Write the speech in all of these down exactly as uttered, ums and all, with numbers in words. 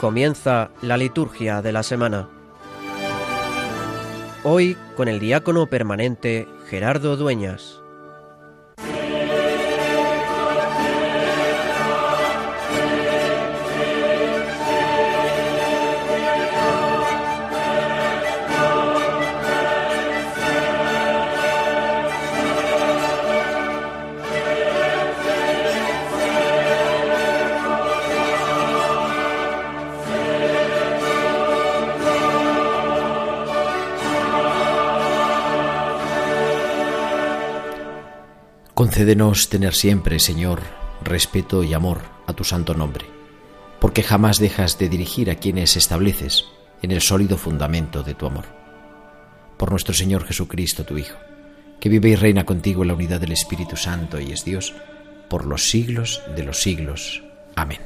Comienza la liturgia de la semana. Hoy con el diácono permanente Gerardo Dueñas. Concédenos tener siempre, Señor, respeto y amor a tu santo nombre, porque jamás dejas de dirigir a quienes estableces en el sólido fundamento de tu amor. Por nuestro Señor Jesucristo, tu Hijo, que vive y reina contigo en la unidad del Espíritu Santo y es Dios, por los siglos de los siglos. Amén.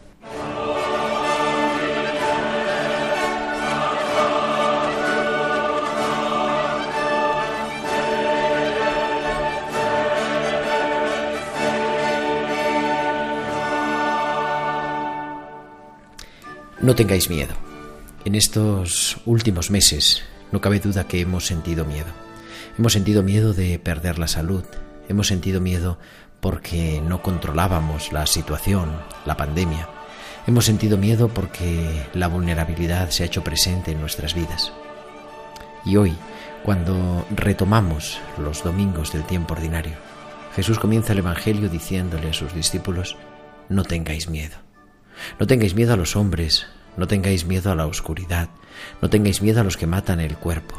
No tengáis miedo. En estos últimos meses no cabe duda que hemos sentido miedo. Hemos sentido miedo de perder la salud. Hemos sentido miedo porque no controlábamos la situación, la pandemia. Hemos sentido miedo porque la vulnerabilidad se ha hecho presente en nuestras vidas. Y hoy, cuando retomamos los domingos del tiempo ordinario, Jesús comienza el Evangelio diciéndole a sus discípulos: no tengáis miedo. No tengáis miedo a los hombres, no tengáis miedo a la oscuridad, no tengáis miedo a los que matan el cuerpo.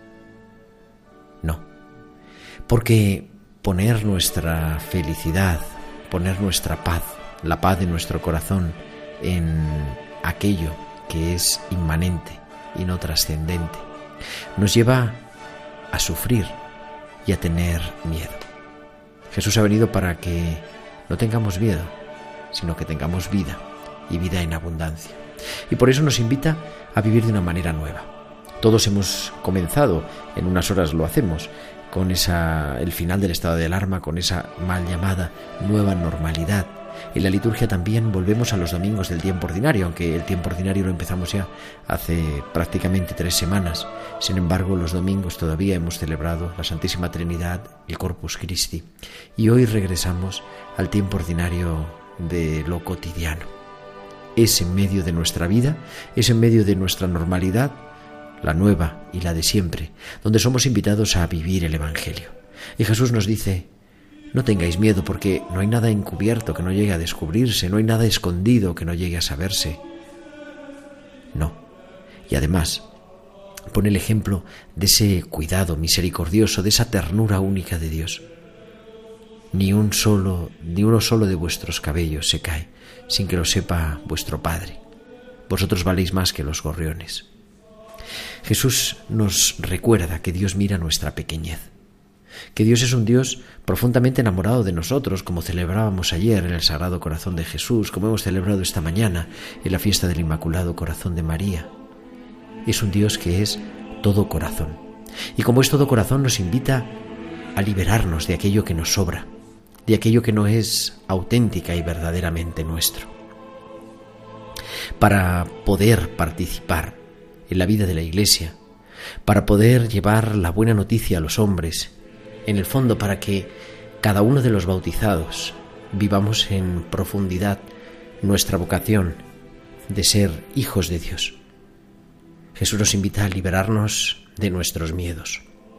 No, porque poner nuestra felicidad, poner nuestra paz, la paz de nuestro corazón en aquello que es inmanente y no trascendente, nos lleva a sufrir y a tener miedo. Jesús ha venido para que no tengamos miedo, sino que tengamos vida, y vida en abundancia. Y por eso nos invita a vivir de una manera nueva. Todos hemos comenzado, en unas horas lo hacemos, con esa, el final del estado de alarma, con esa mal llamada nueva normalidad. En la liturgia también volvemos a los domingos del tiempo ordinario, aunque el tiempo ordinario lo empezamos ya hace prácticamente tres semanas. Sin embargo, los domingos todavía hemos celebrado la Santísima Trinidad, el Corpus Christi, y hoy regresamos al tiempo ordinario de lo cotidiano. Es en medio de nuestra vida, es en medio de nuestra normalidad, la nueva y la de siempre, donde somos invitados a vivir el Evangelio. Y Jesús nos dice: no tengáis miedo, porque no hay nada encubierto que no llegue a descubrirse, no hay nada escondido que no llegue a saberse. No. Y además pone el ejemplo de ese cuidado misericordioso, de esa ternura única de Dios. Ni un solo, ni uno solo de vuestros cabellos se cae sin que lo sepa vuestro Padre. Vosotros valéis más que los gorriones. Jesús nos recuerda que Dios mira nuestra pequeñez, que Dios es un Dios profundamente enamorado de nosotros, como celebrábamos ayer en el Sagrado Corazón de Jesús, como hemos celebrado esta mañana en la fiesta del Inmaculado Corazón de María. Es un Dios que es todo corazón. Y como es todo corazón, nos invita a liberarnos de aquello que nos sobra, de aquello que no es auténtica y verdaderamente nuestro. Para poder participar en la vida de la Iglesia, para poder llevar la buena noticia a los hombres, en el fondo para que cada uno de los bautizados vivamos en profundidad nuestra vocación de ser hijos de Dios. Jesús nos invita a liberarnos de nuestros miedos.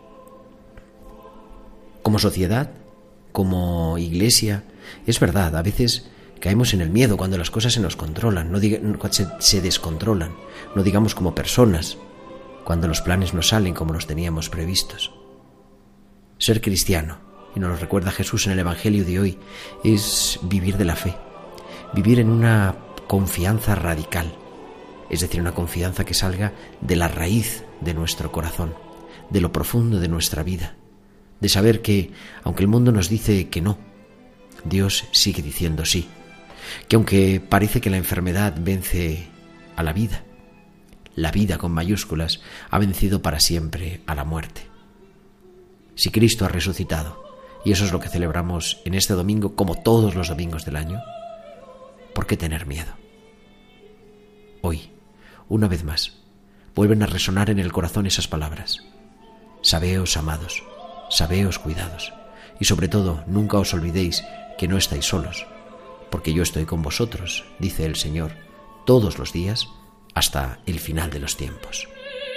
Como sociedad, como Iglesia, es verdad, a veces caemos en el miedo cuando las cosas se nos controlan, no diga, se, se descontrolan, no digamos como personas, cuando los planes no salen como los teníamos previstos. Ser cristiano, y nos lo recuerda Jesús en el Evangelio de hoy, es vivir de la fe, vivir en una confianza radical, es decir, una confianza que salga de la raíz de nuestro corazón, de lo profundo de nuestra vida, de saber que, aunque el mundo nos dice que no, Dios sigue diciendo sí, que aunque parece que la enfermedad vence a la vida, la vida con mayúsculas ha vencido para siempre a la muerte. Si Cristo ha resucitado, y eso es lo que celebramos en este domingo, como todos los domingos del año, ¿por qué tener miedo? hoy, una vez más, vuelven a resonar en el corazón esas palabras. Sabeos amados, sabeos cuidados, y sobre todo nunca os olvidéis que no estáis solos, porque yo estoy con vosotros, dice el Señor, todos los días hasta el final de los tiempos.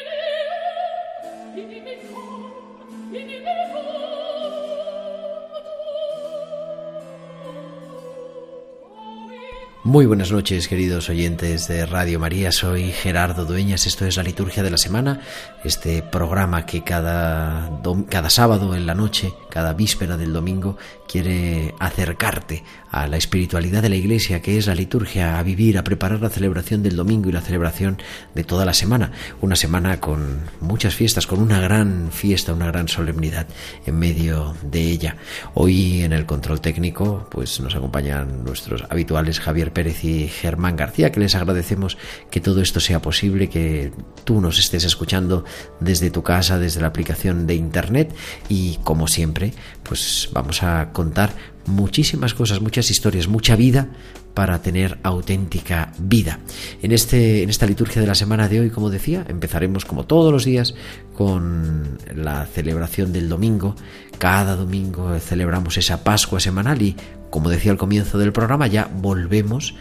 Muy buenas noches, queridos oyentes de Radio María. Soy Gerardo Dueñas. Esto es la Liturgia de la Semana, este programa que cada, dom- cada sábado en la noche, cada víspera del domingo, quiere acercarte a la espiritualidad de la Iglesia, que es la liturgia, a vivir, a preparar la celebración del domingo y la celebración de toda la semana. Una semana con muchas fiestas, con una gran fiesta, una gran solemnidad en medio de ella. Hoy en el control técnico pues nos acompañan nuestros habituales Javier Pérez y Germán García, que les agradecemos que todo esto sea posible, que tú nos estés escuchando desde tu casa, desde la aplicación de internet, y como siempre pues vamos a contar muchísimas cosas, muchas historias, mucha vida para tener auténtica vida. En este en esta liturgia de la semana de hoy, como decía, empezaremos como todos los días con la celebración del domingo. Cada domingo celebramos esa Pascua semanal y, como decía al comienzo del programa, ya volvemos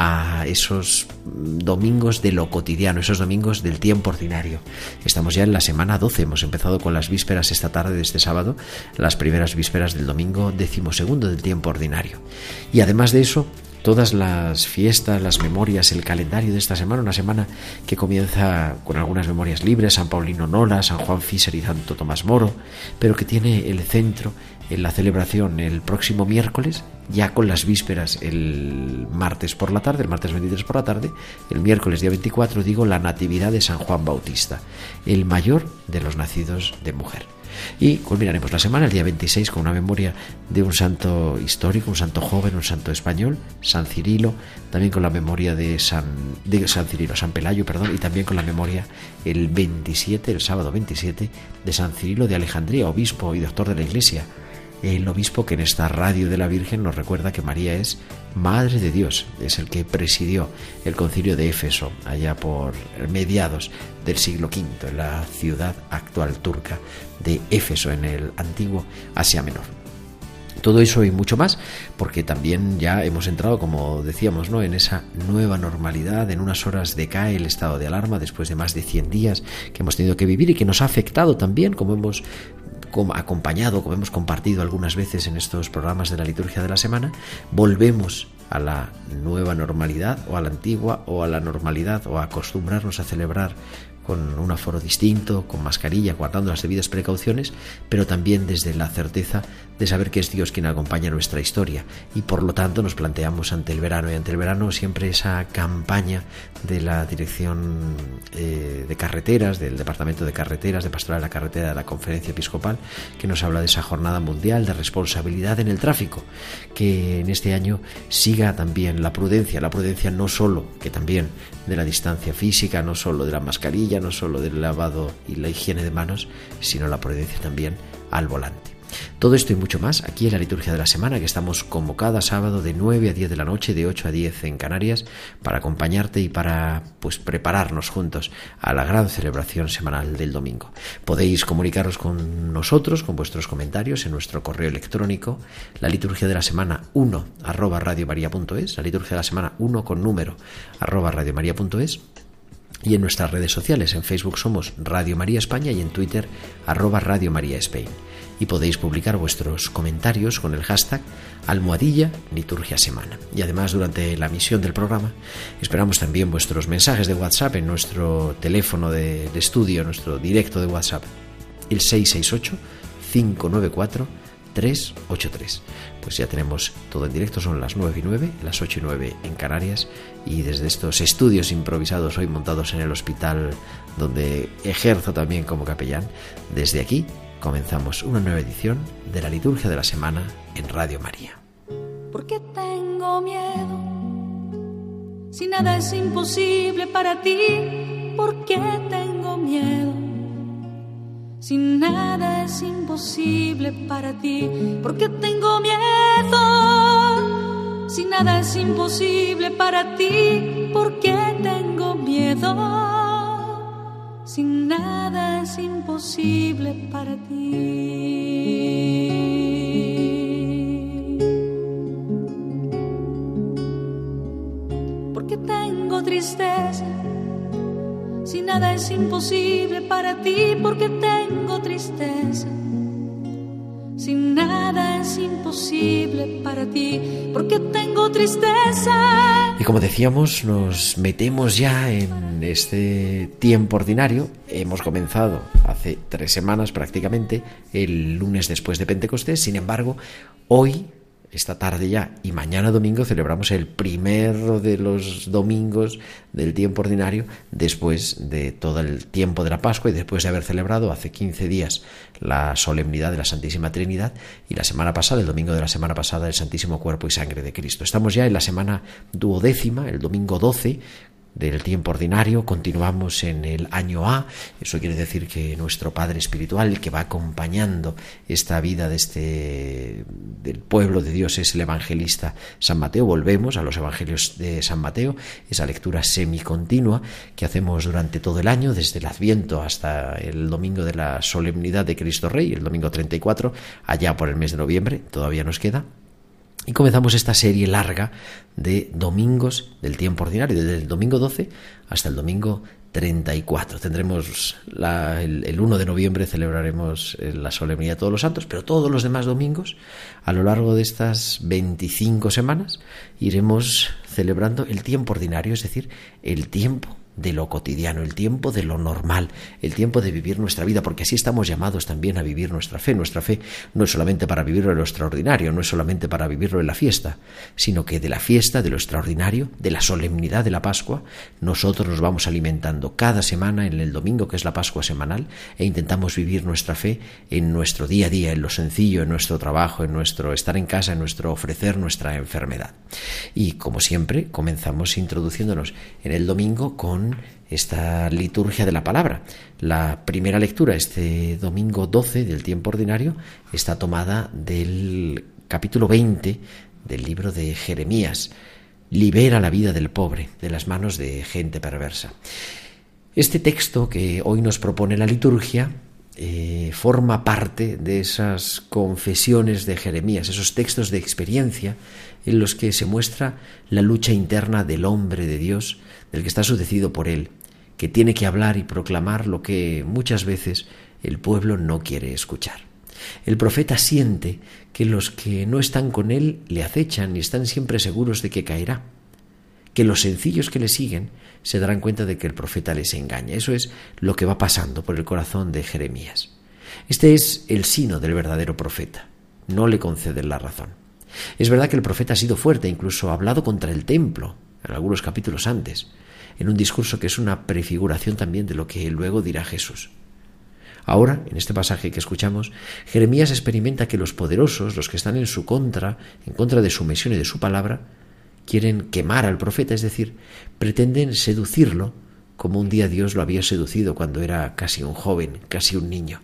a esos domingos de lo cotidiano, esos domingos del tiempo ordinario. Estamos ya en la semana doce, hemos empezado con las vísperas esta tarde de este sábado, las primeras vísperas del domingo decimosegundo del tiempo ordinario. Y además de eso, todas las fiestas, las memorias, el calendario de esta semana, una semana que comienza con algunas memorias libres, San Paulino Nola, San Juan Fischer y Santo Tomás Moro, pero que tiene el centro en la celebración el próximo miércoles, ya con las vísperas el martes por la tarde, el martes veintitrés por la tarde, el miércoles día veinticuatro, digo, la Natividad de San Juan Bautista, el mayor de los nacidos de mujer. Y culminaremos la semana el día veintiséis con una memoria de un santo histórico, un santo joven, un santo español, San Cirilo, también con la memoria de San, de San Cirilo, San Pelayo, perdón, y también con la memoria el veintisiete, el sábado veintisiete, de San Cirilo de Alejandría, obispo y doctor de la Iglesia. El obispo que en esta radio de la Virgen nos recuerda que María es Madre de Dios, es el que presidió el concilio de Éfeso allá por mediados del siglo quinto en la ciudad actual turca de Éfeso, en el antiguo Asia Menor. Todo eso y mucho más, porque también ya hemos entrado, como decíamos, ¿no?, en esa nueva normalidad. En unas horas decae el estado de alarma después de más de cien días que hemos tenido que vivir y que nos ha afectado también, como hemos como acompañado, como hemos compartido algunas veces en estos programas de la liturgia de la semana. Volvemos a la nueva normalidad, o a la antigua, o a la normalidad, o a acostumbrarnos a celebrar con un aforo distinto, con mascarilla, guardando las debidas precauciones, pero también desde la certeza de saber que es Dios quien acompaña nuestra historia. Y por lo tanto nos planteamos ante el verano, y ante el verano siempre esa campaña de la Dirección eh, de Carreteras, del Departamento de Carreteras, de Pastoral de la Carretera de la Conferencia Episcopal, que nos habla de esa jornada mundial de responsabilidad en el tráfico, que en este año siga también la prudencia, la prudencia no solo, que también de la distancia física, no solo de la mascarilla, no solo del lavado y la higiene de manos, sino la prudencia también al volante. Todo esto y mucho más aquí en la liturgia de la semana, que estamos como cada sábado de nueve a diez de la noche, de ocho a diez en Canarias, para acompañarte y para pues prepararnos juntos a la gran celebración semanal del domingo. Podéis comunicaros con nosotros, con vuestros comentarios en nuestro correo electrónico, la liturgia de la semana uno arroba radiomaria.es, la liturgia de la semana uno con número arroba radiomaria.es, y en nuestras redes sociales. En Facebook somos Radio María España y en Twitter arroba Radio María Spain. Y podéis publicar vuestros comentarios con el hashtag almohadilla liturgia semana. Y además, durante la emisión del programa esperamos también vuestros mensajes de WhatsApp en nuestro teléfono de, de estudio, nuestro directo de WhatsApp, el seis seis ocho, cinco nueve cuatro, tres ocho tres. Pues ya tenemos todo en directo, son las nueve y nueve, las ocho y nueve en Canarias, y desde estos estudios improvisados hoy montados en el hospital donde ejerzo también como capellán, desde aquí comenzamos una nueva edición de la liturgia de la semana en Radio María. ¿Por qué tengo miedo? Si nada es imposible para ti, ¿por qué tengo miedo? Si nada es imposible para ti, ¿por qué tengo miedo? Si nada es imposible para ti, ¿por qué tengo tengo miedo, si nada es imposible para ti. Porque tengo tristeza, si nada es imposible para ti. Porque tengo tristeza, si nada es imposible para ti. Porque tengo tristeza. Y como decíamos, nos metemos ya en este tiempo ordinario. Hemos comenzado hace tres semanas prácticamente, el lunes después de Pentecostés. Sin embargo, hoy, esta tarde ya y mañana domingo, celebramos el primero de los domingos del tiempo ordinario después de todo el tiempo de la Pascua y después de haber celebrado hace quince días la solemnidad de la Santísima Trinidad y la semana pasada, el domingo de la semana pasada, el Santísimo Cuerpo y Sangre de Cristo. Estamos ya en la semana duodécima, el domingo doce del tiempo ordinario. Continuamos en el año A. Eso quiere decir que nuestro Padre Espiritual, el que va acompañando esta vida de este del pueblo de Dios, es el evangelista San Mateo. Volvemos a los evangelios de San Mateo, esa lectura semicontinua que hacemos durante todo el año, desde el Adviento hasta el domingo de la solemnidad de Cristo Rey, el domingo treinta y cuatro, allá por el mes de noviembre, todavía nos queda. Y comenzamos esta serie larga de domingos del tiempo ordinario, desde el domingo doce hasta el domingo treinta y cuatro. Tendremos la, el, el uno de noviembre celebraremos la solemnidad de todos los santos, pero todos los demás domingos, a lo largo de estas veinticinco semanas, iremos celebrando el tiempo ordinario, es decir, el tiempo de lo cotidiano, el tiempo de lo normal, el tiempo de vivir nuestra vida, porque así estamos llamados también a vivir nuestra fe. Nuestra fe no es solamente para vivirlo en lo extraordinario, no es solamente para vivirlo en la fiesta, sino que de la fiesta, de lo extraordinario, de la solemnidad de la Pascua, nosotros nos vamos alimentando cada semana en el domingo, que es la Pascua semanal, e intentamos vivir nuestra fe en nuestro día a día, en lo sencillo, en nuestro trabajo, en nuestro estar en casa, en nuestro ofrecer nuestra enfermedad. Y como siempre, comenzamos introduciéndonos en el domingo con esta liturgia de la palabra. La primera lectura, este domingo doce del tiempo ordinario, está tomada del capítulo veinte del libro de Jeremías. Libera la vida del pobre de las manos de gente perversa. Este texto que hoy nos propone la liturgia eh, forma parte de esas confesiones de Jeremías, esos textos de experiencia en los que se muestra la lucha interna del hombre de Dios, del que está sucedido por él, que tiene que hablar y proclamar lo que muchas veces el pueblo no quiere escuchar. El profeta siente que los que no están con él le acechan y están siempre seguros de que caerá, que los sencillos que le siguen se darán cuenta de que el profeta les engaña. Eso es lo que va pasando por el corazón de Jeremías. Este es el sino del verdadero profeta. No le conceden la razón. Es verdad que el profeta ha sido fuerte, incluso ha hablado contra el templo en algunos capítulos antes, en un discurso que es una prefiguración también de lo que luego dirá Jesús. Ahora, en este pasaje que escuchamos, Jeremías experimenta que los poderosos, los que están en su contra, en contra de su misión y de su palabra, quieren quemar al profeta, es decir, pretenden seducirlo como un día Dios lo había seducido cuando era casi un joven, casi un niño.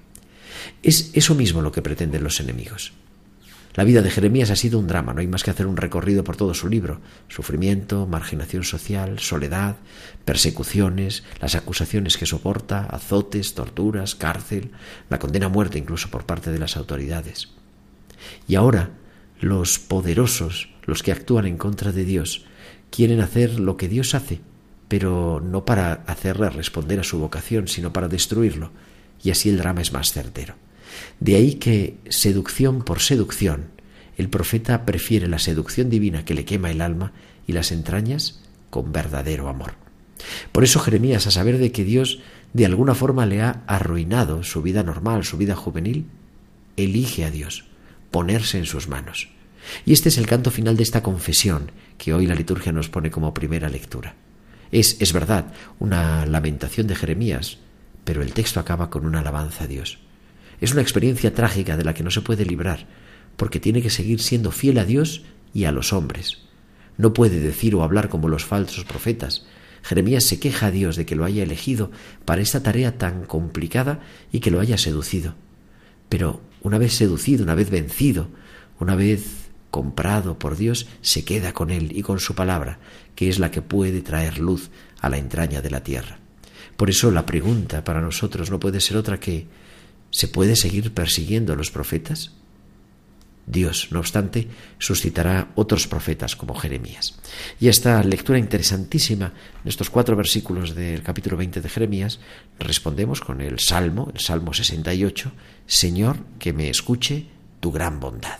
Es eso mismo lo que pretenden los enemigos. La vida de Jeremías ha sido un drama, no hay más que hacer un recorrido por todo su libro. Sufrimiento, marginación social, soledad, persecuciones, las acusaciones que soporta, azotes, torturas, cárcel, la condena a muerte incluso por parte de las autoridades. Y ahora los poderosos, los que actúan en contra de Dios, quieren hacer lo que Dios hace, pero no para hacerle responder a su vocación, sino para destruirlo, y así el drama es más certero. De ahí que, seducción por seducción, el profeta prefiere la seducción divina que le quema el alma y las entrañas con verdadero amor. Por eso Jeremías, a saber de que Dios de alguna forma le ha arruinado su vida normal, su vida juvenil, elige a Dios, ponerse en sus manos. Y este es el canto final de esta confesión que hoy la liturgia nos pone como primera lectura. Es, es verdad, una lamentación de Jeremías, pero el texto acaba con una alabanza a Dios. Es una experiencia trágica de la que no se puede librar, porque tiene que seguir siendo fiel a Dios y a los hombres. No puede decir o hablar como los falsos profetas. Jeremías se queja a Dios de que lo haya elegido para esta tarea tan complicada y que lo haya seducido. Pero una vez seducido, una vez vencido, una vez comprado por Dios, se queda con Él y con su palabra, que es la que puede traer luz a la entraña de la tierra. Por eso la pregunta para nosotros no puede ser otra que: ¿se puede seguir persiguiendo a los profetas? Dios, no obstante, suscitará otros profetas como Jeremías. Y esta lectura interesantísima, en estos cuatro versículos del capítulo veinte de Jeremías, respondemos con el Salmo, el Salmo sesenta y ocho, Señor, que me escuche tu gran bondad.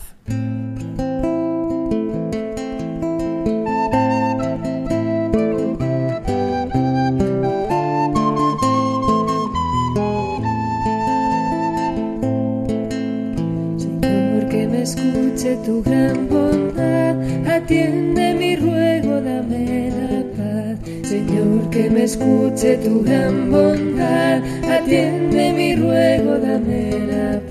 Escuche tu gran bondad, atiende mi ruego, dame la paz. Señor, que me escuche tu gran bondad, atiende mi ruego, dame la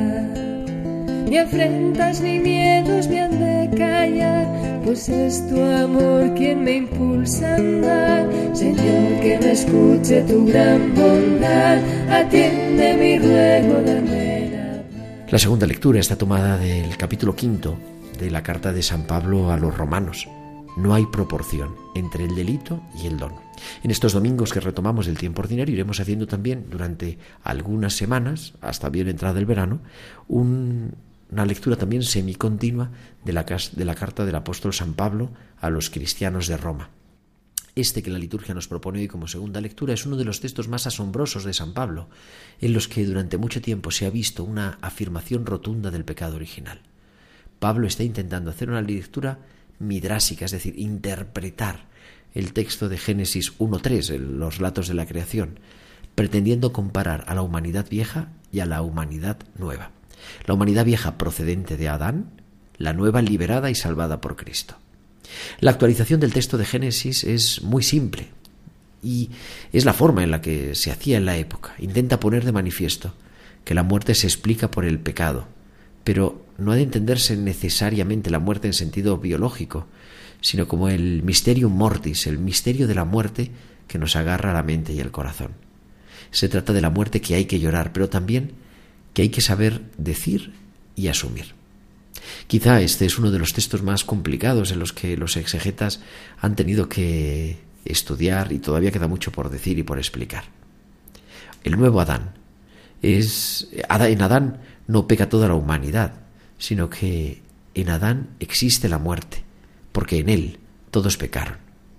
paz. Ni afrentas ni miedos me han de callar, pues es tu amor quien me impulsa a andar. Señor, que me escuche tu gran bondad, atiende mi ruego, dame. La segunda lectura está tomada del capítulo quinto de la carta de San Pablo a los romanos. No hay proporción entre el delito y el don. En estos domingos que retomamos del tiempo ordinario iremos haciendo también durante algunas semanas, hasta bien entrada el verano, un, una lectura también semicontinua de la, de la carta del apóstol San Pablo a los cristianos de Roma. Este que la liturgia nos propone hoy como segunda lectura es uno de los textos más asombrosos de San Pablo, en los que durante mucho tiempo se ha visto una afirmación rotunda del pecado original. Pablo está intentando hacer una lectura midrásica, es decir, interpretar el texto de Génesis uno tres, los relatos de la creación, pretendiendo comparar a la humanidad vieja y a la humanidad nueva. La humanidad vieja procedente de Adán, la nueva liberada y salvada por Cristo. La actualización del texto de Génesis es muy simple y es la forma en la que se hacía en la época. Intenta poner de manifiesto que la muerte se explica por el pecado, pero no ha de entenderse necesariamente la muerte en sentido biológico, sino como el mysterium mortis, el misterio de la muerte que nos agarra la mente y el corazón. Se trata de la muerte que hay que llorar, pero también que hay que saber decir y asumir. Quizá este es uno de los textos más complicados en los que los exegetas han tenido que estudiar y todavía queda mucho por decir y por explicar. El nuevo Adán es en Adán no peca toda la humanidad, sino que en Adán existe la muerte, porque en él todos pecaron.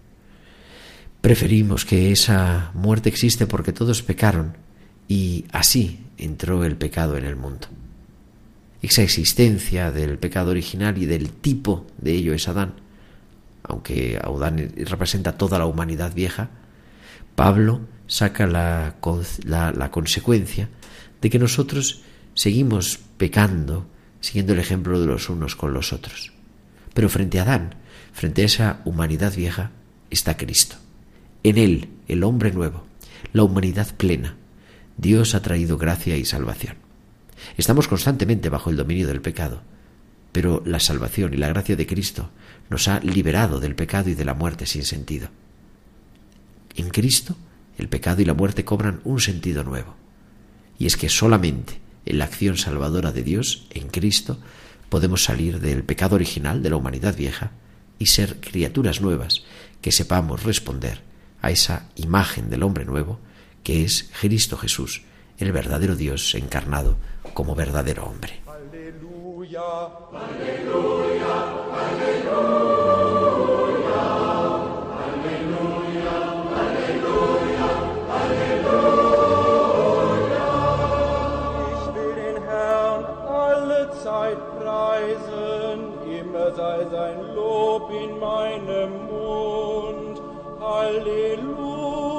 Preferimos que esa muerte existe porque todos pecaron y así entró el pecado en el mundo. Esa existencia del pecado original y del tipo de ello es Adán, aunque Adán representa toda la humanidad vieja. Pablo saca la, la, la consecuencia de que nosotros seguimos pecando, siguiendo el ejemplo de los unos con los otros. Pero frente a Adán, frente a esa humanidad vieja, está Cristo. En él, el hombre nuevo, la humanidad plena, Dios ha traído gracia y salvación. Estamos constantemente bajo el dominio del pecado, pero la salvación y la gracia de Cristo nos ha liberado del pecado y de la muerte sin sentido. En Cristo, el pecado y la muerte cobran un sentido nuevo, y es que solamente en la acción salvadora de Dios, en Cristo, podemos salir del pecado original de la humanidad vieja y ser criaturas nuevas que sepamos responder a esa imagen del hombre nuevo que es Cristo Jesús, el verdadero Dios encarnado como verdadero hombre. Aleluya, aleluya, aleluya, aleluya, aleluya, aleluya. Ich will den Herrn alle Zeit preisen, immer sei sein Lob in meinem Mund. Halleluja.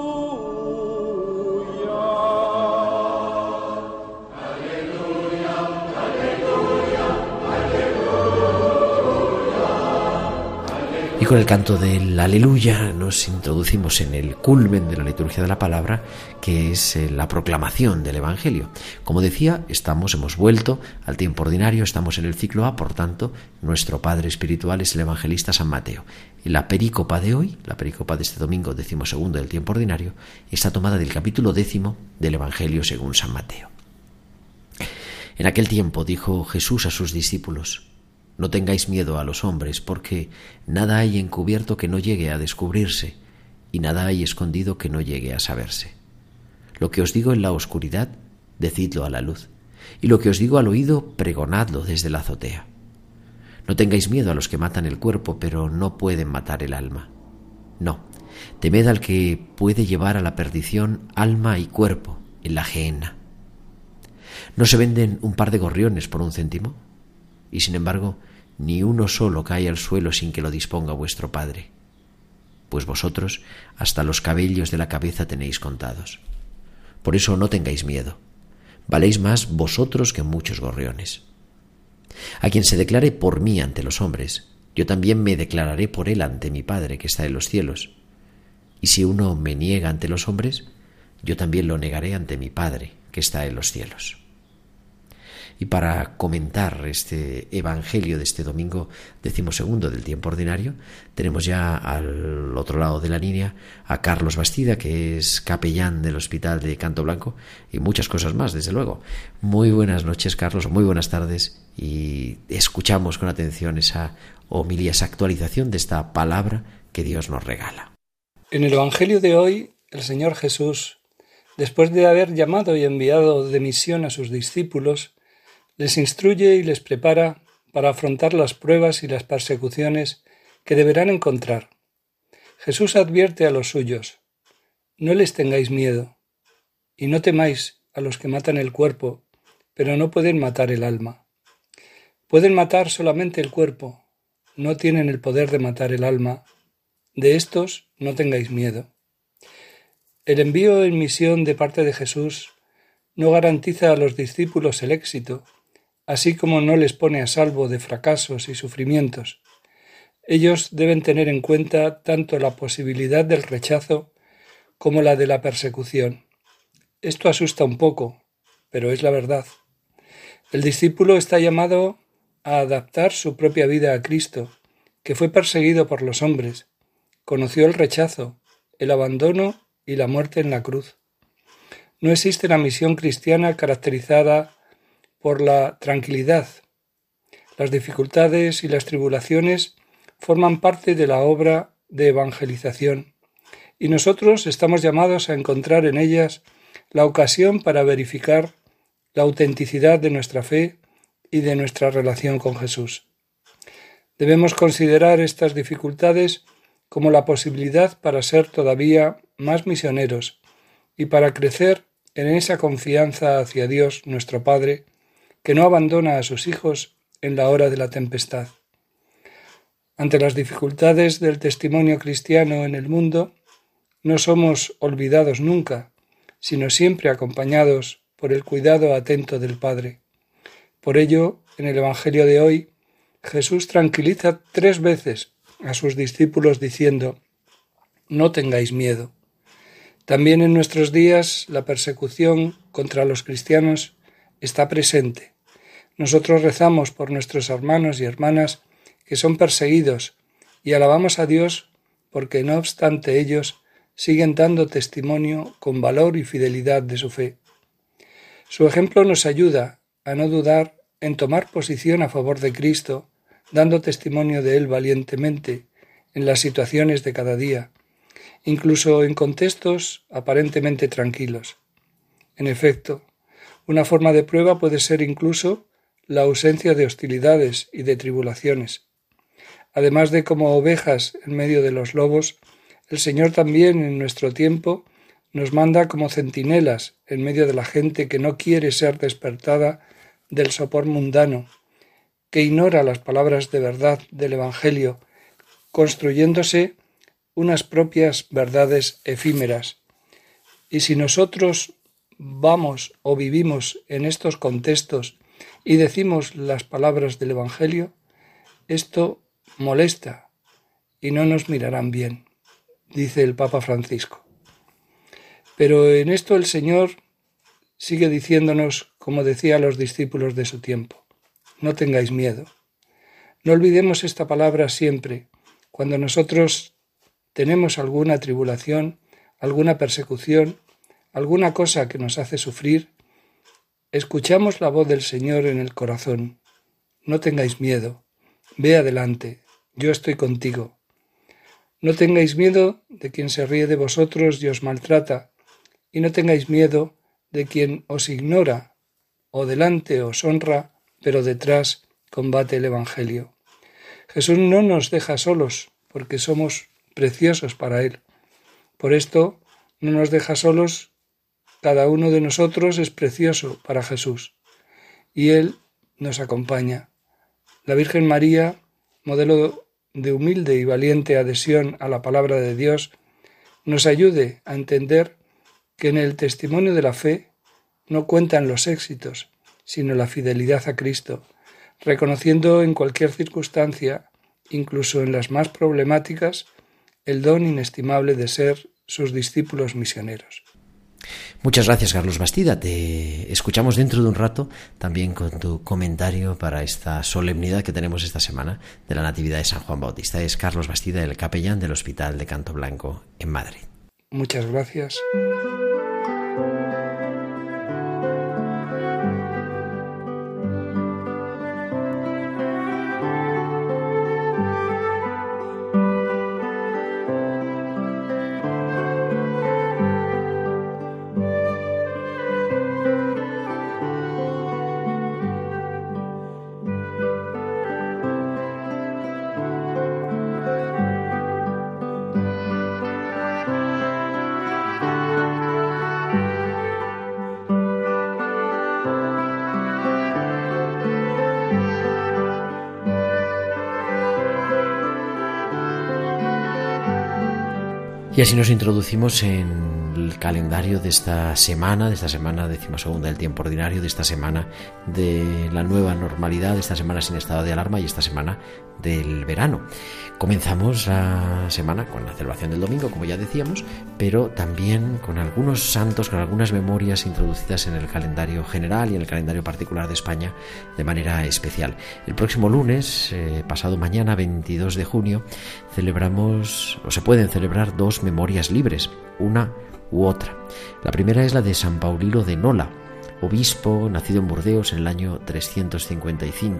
Y con el canto del Aleluya nos introducimos en el culmen de la liturgia de la palabra, que es la proclamación del Evangelio. Como decía, estamos, hemos vuelto al tiempo ordinario, estamos en el ciclo A, por tanto, nuestro padre espiritual es el evangelista San Mateo. La perícopa de hoy, la perícopa de este domingo decimosegundo del tiempo ordinario, está tomada del capítulo décimo del Evangelio según San Mateo. En aquel tiempo dijo Jesús a sus discípulos: No tengáis miedo a los hombres, porque nada hay encubierto que no llegue a descubrirse, y nada hay escondido que no llegue a saberse. Lo que os digo en la oscuridad, decidlo a la luz, y lo que os digo al oído, pregonadlo desde la azotea. No tengáis miedo a los que matan el cuerpo, pero no pueden matar el alma. No, temed al que puede llevar a la perdición alma y cuerpo en la gehenna. ¿No se venden un par de gorriones por un céntimo? Y sin embargo, ni uno solo cae al suelo sin que lo disponga vuestro Padre. Pues vosotros hasta los cabellos de la cabeza tenéis contados. Por eso no tengáis miedo. Valéis más vosotros que muchos gorriones. A quien se declare por mí ante los hombres, yo también me declararé por él ante mi Padre que está en los cielos. Y si uno me niega ante los hombres, yo también lo negaré ante mi Padre que está en los cielos. Y para comentar este evangelio de este domingo decimosegundo del tiempo ordinario, tenemos ya al otro lado de la línea a Carlos Bastida, que es capellán del Hospital de Canto Blanco, y muchas cosas más, desde luego. Muy buenas noches, Carlos, muy buenas tardes, y escuchamos con atención esa homilía, esa actualización de esta palabra que Dios nos regala. En el evangelio de hoy, el Señor Jesús, después de haber llamado y enviado de misión a sus discípulos, les instruye y les prepara para afrontar las pruebas y las persecuciones que deberán encontrar. Jesús advierte a los suyos: no les tengáis miedo, y no temáis a los que matan el cuerpo, pero no pueden matar el alma. Pueden matar solamente el cuerpo, no tienen el poder de matar el alma. De estos no tengáis miedo. El envío en misión de parte de Jesús no garantiza a los discípulos el éxito, así como no les pone a salvo de fracasos y sufrimientos. Ellos deben tener en cuenta tanto la posibilidad del rechazo como la de la persecución. Esto asusta un poco, pero es la verdad. El discípulo está llamado a adaptar su propia vida a Cristo, que fue perseguido por los hombres, conoció el rechazo, el abandono y la muerte en la cruz. No existe una misión cristiana caracterizada por la tranquilidad. Las dificultades y las tribulaciones forman parte de la obra de evangelización, y nosotros estamos llamados a encontrar en ellas la ocasión para verificar la autenticidad de nuestra fe y de nuestra relación con Jesús. Debemos considerar estas dificultades como la posibilidad para ser todavía más misioneros y para crecer en esa confianza hacia Dios nuestro Padre, que no abandona a sus hijos en la hora de la tempestad. Ante las dificultades del testimonio cristiano en el mundo, no somos olvidados nunca, sino siempre acompañados por el cuidado atento del Padre. Por ello, en el Evangelio de hoy, Jesús tranquiliza tres veces a sus discípulos diciendo: no tengáis miedo. También en nuestros días la persecución contra los cristianos está presente. Nosotros rezamos por nuestros hermanos y hermanas que son perseguidos y alabamos a Dios porque no obstante ellos siguen dando testimonio con valor y fidelidad de su fe. Su ejemplo nos ayuda a no dudar en tomar posición a favor de Cristo, dando testimonio de Él valientemente en las situaciones de cada día, incluso en contextos aparentemente tranquilos. En efecto, una forma de prueba puede ser incluso la ausencia de hostilidades y de tribulaciones. Además de como ovejas en medio de los lobos, el Señor también en nuestro tiempo nos manda como centinelas en medio de la gente que no quiere ser despertada del sopor mundano, que ignora las palabras de verdad del Evangelio, construyéndose unas propias verdades efímeras. Y si nosotros vamos o vivimos en estos contextos y decimos las palabras del Evangelio, esto molesta y no nos mirarán bien, dice el Papa Francisco. Pero en esto el Señor sigue diciéndonos, como decía a los discípulos de su tiempo: no tengáis miedo. No olvidemos esta palabra siempre, cuando nosotros tenemos alguna tribulación, alguna persecución, alguna cosa que nos hace sufrir, escuchamos la voz del Señor en el corazón. No tengáis miedo, Ve adelante, yo estoy contigo. No tengáis miedo de quien se ríe de vosotros y os maltrata, y no tengáis miedo de quien os ignora, o delante os honra, pero detrás combate el Evangelio. Jesús no nos deja solos, porque somos preciosos para Él. Por esto no nos deja solos, cada uno de nosotros es precioso para Jesús, y Él nos acompaña. La Virgen María, modelo de humilde y valiente adhesión a la palabra de Dios, nos ayude a entender que en el testimonio de la fe no cuentan los éxitos, sino la fidelidad a Cristo, reconociendo en cualquier circunstancia, incluso en las más problemáticas, el don inestimable de ser sus discípulos misioneros. Muchas gracias, Carlos Bastida. Te escuchamos dentro de un rato también con tu comentario para esta solemnidad que tenemos esta semana de la Natividad de San Juan Bautista. Es Carlos Bastida, el capellán del Hospital de Canto Blanco en Madrid. Muchas gracias. Y así nos introducimos en el calendario de esta semana, de esta semana decimosegunda del tiempo ordinario, de esta semana de la nueva normalidad, de esta semana sin estado de alarma y esta semana del verano. Comenzamos la semana con la celebración del domingo, como ya decíamos, pero también con algunos santos, con algunas memorias introducidas en el calendario general y en el calendario particular de España de manera especial. El próximo lunes, eh, pasado mañana, veintidós de junio, celebramos, o se pueden celebrar dos memorias libres, una u otra. La primera es la de San Paulilo de Nola, obispo nacido en Burdeos en el año trescientos cincuenta y cinco.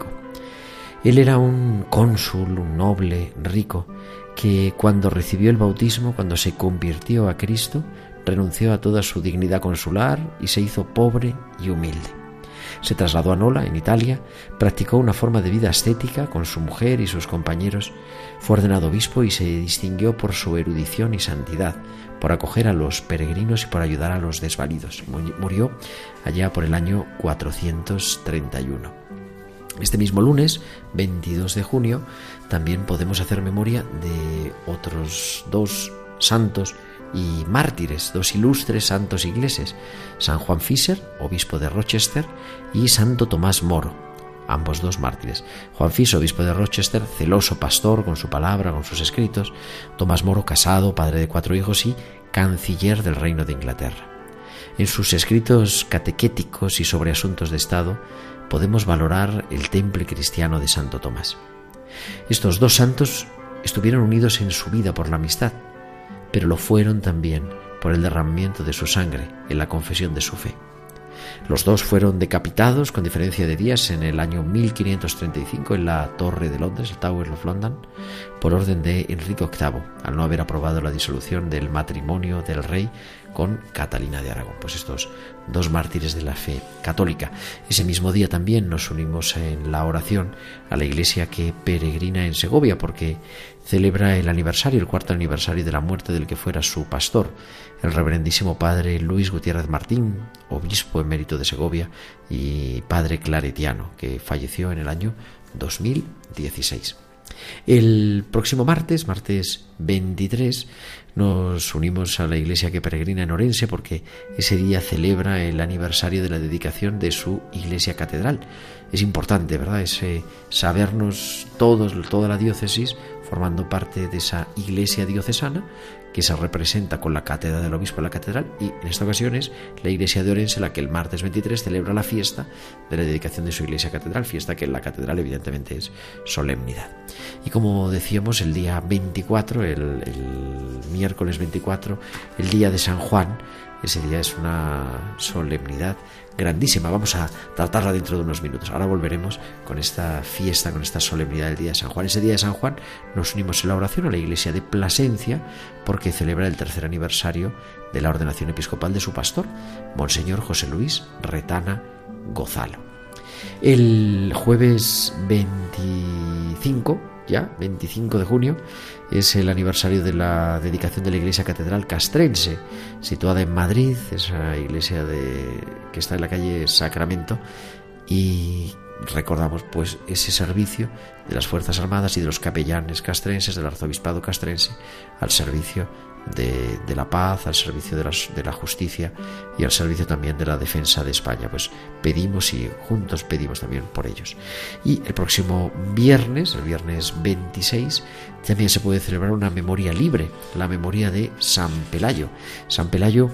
Él era un cónsul, un noble, rico, que cuando recibió el bautismo, cuando se convirtió a Cristo, renunció a toda su dignidad consular y se hizo pobre y humilde. Se trasladó a Nola, en Italia, practicó una forma de vida ascética con su mujer y sus compañeros, fue ordenado obispo y se distinguió por su erudición y santidad, por acoger a los peregrinos y por ayudar a los desvalidos. Murió allá por el año cuatrocientos treinta y uno. Este mismo lunes, veintidós de junio, también podemos hacer memoria de otros dos santos y mártires, dos ilustres santos ingleses, San Juan Fisher, obispo de Rochester, y Santo Tomás Moro, ambos dos mártires. Juan Fisher, obispo de Rochester, celoso pastor con su palabra, con sus escritos; Tomás Moro, casado, padre de cuatro hijos y canciller del Reino de Inglaterra. En sus escritos catequéticos y sobre asuntos de Estado podemos valorar el temple cristiano de Santo Tomás. Estos dos santos estuvieron unidos en su vida por la amistad, pero lo fueron también por el derramamiento de su sangre en la confesión de su fe. Los dos fueron decapitados con diferencia de días en el año mil quinientos treinta y cinco en la Torre de Londres, el Tower of London, por orden de Enrique octavo, al no haber aprobado la disolución del matrimonio del rey con Catalina de Aragón. Pues estos dos mártires de la fe católica. Ese mismo día también nos unimos en la oración a la iglesia que peregrina en Segovia, porque celebra el aniversario, el cuarto aniversario de la muerte del que fuera su pastor, el reverendísimo padre Luis Gutiérrez Martín, obispo emérito de Segovia y padre claretiano, que falleció en el año dos mil dieciséis. El próximo martes, martes veintitrés, nos unimos a la iglesia que peregrina en Orense, porque ese día celebra el aniversario de la dedicación de su iglesia catedral. Es importante, ¿verdad?, ese sabernos todos, toda la diócesis, formando parte de esa iglesia diocesana que se representa con la cátedra del obispo en la catedral, y en esta ocasión es la iglesia de Orense la que el martes veintitrés celebra la fiesta de la dedicación de su iglesia catedral, fiesta que en la catedral evidentemente es solemnidad. Y como decíamos, el día veinticuatro, el, el miércoles veinticuatro, el día de San Juan, ese día es una solemnidad grandísima. Vamos a tratarla dentro de unos minutos. Ahora volveremos con esta fiesta, con esta solemnidad del día de San Juan. Ese día de San Juan nos unimos en la oración a la iglesia de Plasencia, porque celebra el tercer aniversario de la ordenación episcopal de su pastor, Monseñor José Luis Retana Gozalo. El jueves veinticinco, ya, veinticinco de junio, es el aniversario de la dedicación de la iglesia catedral castrense, situada en Madrid, esa iglesia de, que está en la calle Sacramento, y recordamos pues ese servicio de las Fuerzas Armadas y de los capellanes castrenses, del arzobispado castrense, al servicio de, de la paz, al servicio de la, de la justicia y al servicio también de la defensa de España. Pues pedimos y juntos pedimos también por ellos. Y el próximo viernes, el viernes veintiséis, también se puede celebrar una memoria libre, la memoria de San Pelayo. San Pelayo,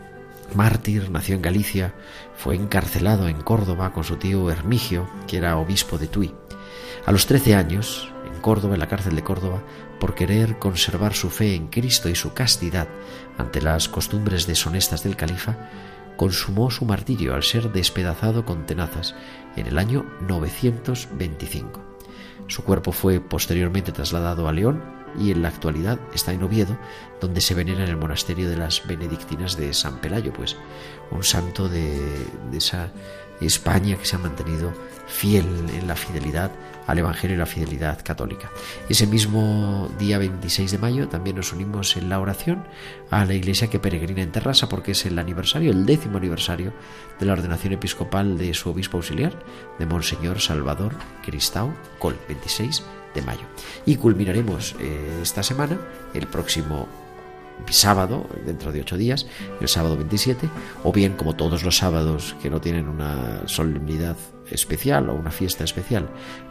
mártir, nació en Galicia, fue encarcelado en Córdoba con su tío Hermigio, que era obispo de Tui. A los trece años, en Córdoba, en la cárcel de Córdoba, por querer conservar su fe en Cristo y su castidad ante las costumbres deshonestas del califa, consumó su martirio al ser despedazado con tenazas en el año novecientos veinticinco. Su cuerpo fue posteriormente trasladado a León y en la actualidad está en Oviedo, donde se venera en el monasterio de las benedictinas de San Pelayo, pues un santo de, de esa España que se ha mantenido fiel en la fidelidad al Evangelio y la fidelidad católica. Ese mismo día veintiséis de mayo también nos unimos en la oración a la iglesia que peregrina en Terrassa, porque es el aniversario, el décimo aniversario de la ordenación episcopal de su obispo auxiliar, de Monseñor Salvador Cristau Coll, veintiséis de mayo. Y culminaremos eh, esta semana, el próximo sábado, dentro de ocho días, el sábado veintisiete, o bien, como todos los sábados que no tienen una solemnidad especial o una fiesta especial,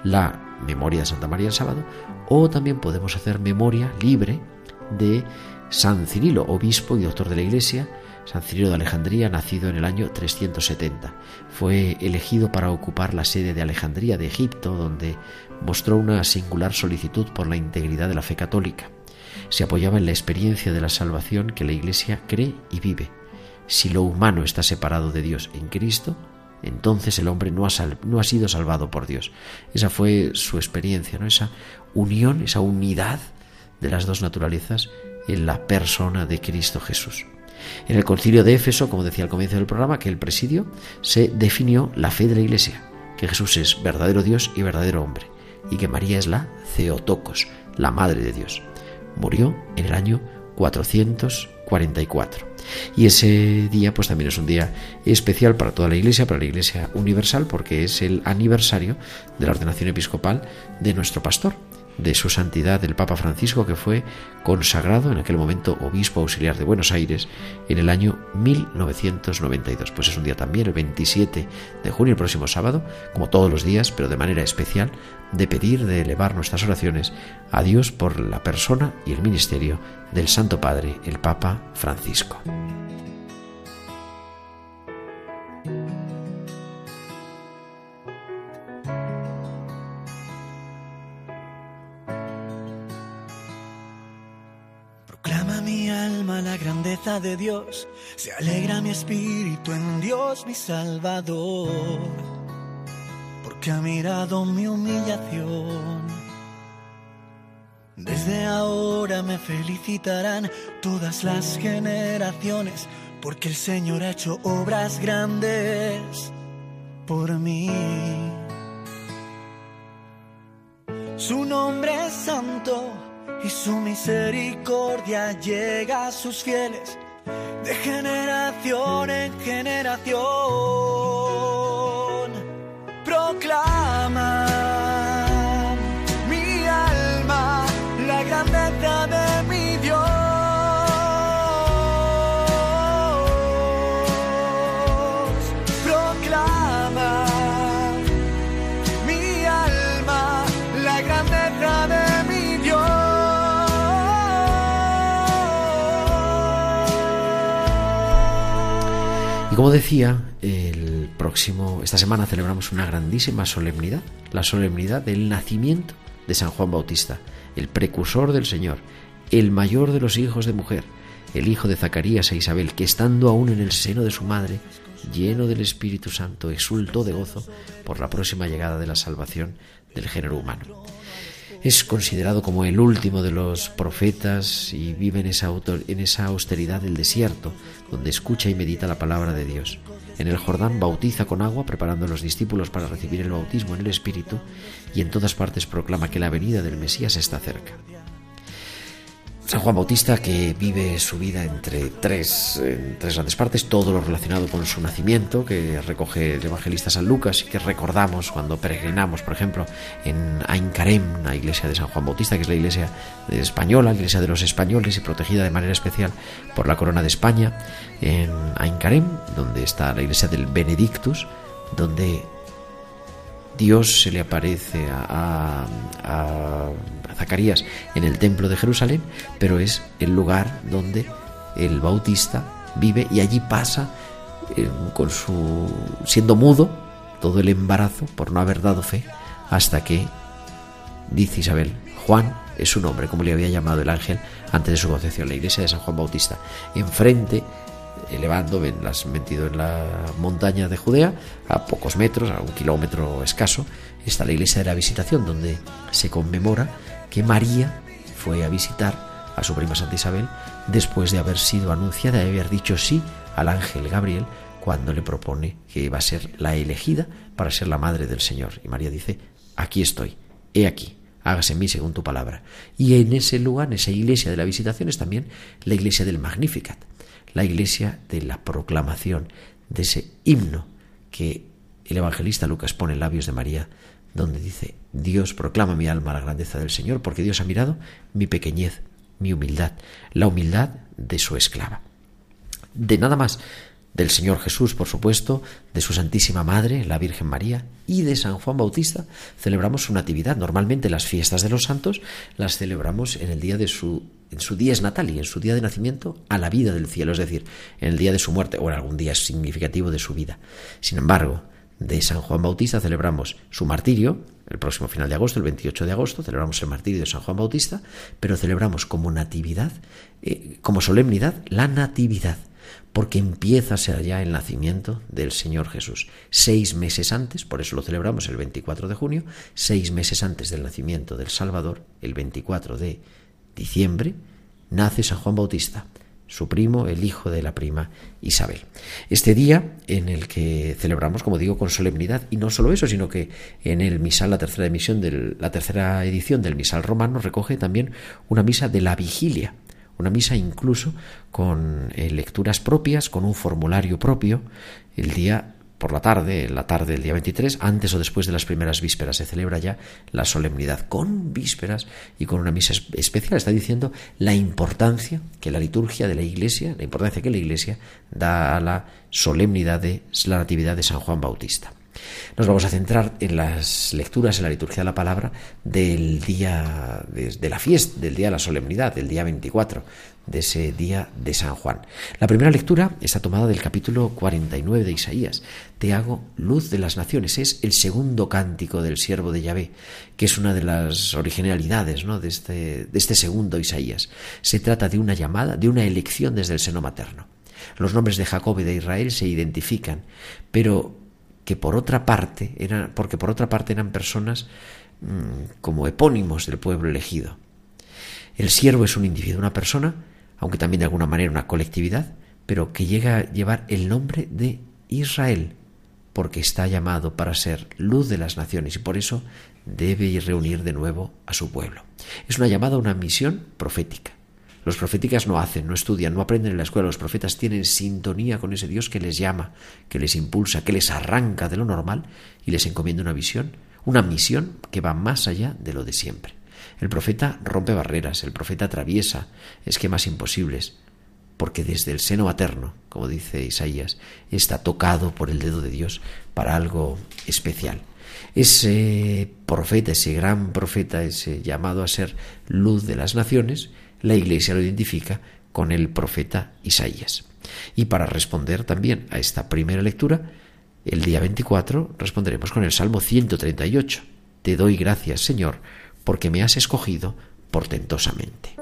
la memoria de Santa María el sábado, o también podemos hacer memoria libre de San Cirilo, obispo y doctor de la Iglesia. San Cirilo de Alejandría, nacido en el año trescientos setenta, fue elegido para ocupar la sede de Alejandría de Egipto, donde mostró una singular solicitud por la integridad de la fe católica. Se apoyaba en la experiencia de la salvación que la Iglesia cree y vive. Si lo humano está separado de Dios en Cristo, entonces el hombre no ha, sal, no ha sido salvado por Dios. Esa fue su experiencia, ¿no? Esa unión, esa unidad de las dos naturalezas en la persona de Cristo Jesús. En el concilio de Éfeso, como decía al comienzo del programa, que el presidio, se definió la fe de la Iglesia, que Jesús es verdadero Dios y verdadero hombre, y que María es la Theotokos, la Madre de Dios. Murió en el año cuatrocientos cuarenta y cuatro. Y ese día pues también es un día especial para toda la Iglesia, para la Iglesia universal, porque es el aniversario de la ordenación episcopal de nuestro pastor, de su santidad el Papa Francisco, que fue consagrado en aquel momento obispo auxiliar de Buenos Aires en el año mil novecientos noventa y dos. Pues es un día también, el veintisiete de junio, el próximo sábado, como todos los días, pero de manera especial, de pedir, de elevar nuestras oraciones a Dios por la persona y el ministerio del Santo Padre, el Papa Francisco. La grandeza de Dios, se alegra mi espíritu en Dios mi Salvador, porque ha mirado mi humillación. Desde ahora me felicitarán todas las generaciones, porque el Señor ha hecho obras grandes por mí. Su nombre es santo y su misericordia llega a sus fieles de generación en generación. Proclama mi alma la grandeza de mi Dios. Proclama mi alma la grandeza de mi Dios. como decía, el próximo, esta semana celebramos una grandísima solemnidad, la solemnidad del nacimiento de San Juan Bautista, el precursor del Señor, el mayor de los hijos de mujer, el hijo de Zacarías e Isabel, que estando aún en el seno de su madre, lleno del Espíritu Santo, exultó de gozo por la próxima llegada de la salvación del género humano. Es considerado como el último de los profetas y vive en esa, autor, en esa austeridad del desierto, donde escucha y medita la palabra de Dios. En el Jordán bautiza con agua, preparando a los discípulos para recibir el bautismo en el Espíritu, y en todas partes proclama que la venida del Mesías está cerca. San Juan Bautista, que vive su vida entre tres, en tres grandes partes, todo lo relacionado con su nacimiento, que recoge el evangelista San Lucas y que recordamos cuando peregrinamos, por ejemplo, en Ain Karem, la iglesia de San Juan Bautista, que es la iglesia española, la iglesia de los españoles y protegida de manera especial por la corona de España, en Ain Karem, donde está la iglesia del Benedictus, donde Dios se le aparece a, a, a Zacarías en el templo de Jerusalén, pero es el lugar donde el Bautista vive, y allí pasa eh, con su siendo mudo todo el embarazo por no haber dado fe, hasta que dice Isabel: Juan es su nombre, como le había llamado el ángel antes de su concepción. La iglesia de San Juan Bautista, enfrente, elevando, ven, las metido en la montaña de Judea, a pocos metros, a un kilómetro escaso, está la iglesia de la Visitación, donde se conmemora que María fue a visitar a su prima Santa Isabel después de haber sido anunciada y haber dicho sí al ángel Gabriel cuando le propone que va a ser la elegida para ser la madre del Señor. Y María dice: aquí estoy, he aquí, hágase en mí según tu palabra. Y en ese lugar, en esa iglesia de la Visitación, es también la iglesia del Magnificat, la iglesia de la proclamación, de ese himno que el evangelista Lucas pone en labios de María, donde dice: Dios, proclama mi alma la grandeza del Señor, porque Dios ha mirado mi pequeñez, mi humildad, la humildad de su esclava. De nada más del Señor Jesús, por supuesto, de su Santísima Madre, la Virgen María, y de San Juan Bautista celebramos su natividad. Normalmente las fiestas de los santos las celebramos en el día de su en su dies natali, en su día de nacimiento a la vida del cielo, es decir, en el día de su muerte o en algún día significativo de su vida. Sin embargo, de San Juan Bautista celebramos su martirio el próximo final de agosto, el veintiocho de agosto, celebramos el martirio de San Juan Bautista, pero celebramos como natividad, eh, como solemnidad, la natividad, porque empieza a ser ya el nacimiento del Señor Jesús. Seis meses antes, por eso lo celebramos el veinticuatro de junio, seis meses antes del nacimiento del Salvador, el veinticuatro de diciembre, nace San Juan Bautista, su primo, el hijo de la prima Isabel. Este día en el que celebramos, como digo, con solemnidad, y no solo eso, sino que en el misal, la tercera emisión del, la tercera edición del misal romano, recoge también una misa de la vigilia, una misa incluso con eh, lecturas propias, con un formulario propio, el día por la tarde, en la tarde del día veintitrés, antes o después de las primeras vísperas, se celebra ya la solemnidad con vísperas y con una misa especial. Está diciendo la importancia que la liturgia de la Iglesia, la importancia que la Iglesia da a la solemnidad de la Natividad de San Juan Bautista. Nos vamos a centrar en las lecturas, en la liturgia de la palabra del día de, de la fiesta, del día de la solemnidad, del día veinticuatro, de ese día de San Juan. La primera lectura está tomada del capítulo cuarenta y nueve de Isaías. Te hago luz de las naciones. Es el segundo cántico del siervo de Yahvé, que es una de las originalidades, ¿no?, de este, de este segundo Isaías. Se trata de una llamada, de una elección desde el seno materno. Los nombres de Jacob y de Israel se identifican, pero que por otra parte eran, porque por otra parte eran personas mmm, como epónimos del pueblo elegido. El siervo es un individuo, una persona, aunque también de alguna manera una colectividad, pero que llega a llevar el nombre de Israel, porque está llamado para ser luz de las naciones y por eso debe reunir de nuevo a su pueblo. Es una llamada a una misión profética. Los proféticas no hacen, no estudian, no aprenden en la escuela. Los profetas tienen sintonía con ese Dios que les llama, que les impulsa, que les arranca de lo normal y les encomienda una visión, una misión que va más allá de lo de siempre. El profeta rompe barreras, el profeta atraviesa esquemas imposibles, porque desde el seno materno, como dice Isaías, está tocado por el dedo de Dios para algo especial. Ese profeta, ese gran profeta, ese llamado a ser luz de las naciones, la Iglesia lo identifica con el profeta Isaías. Y para responder también a esta primera lectura, el día veinticuatro responderemos con el Salmo ciento treinta y ocho. Te doy gracias, Señor, porque me has escogido portentosamente.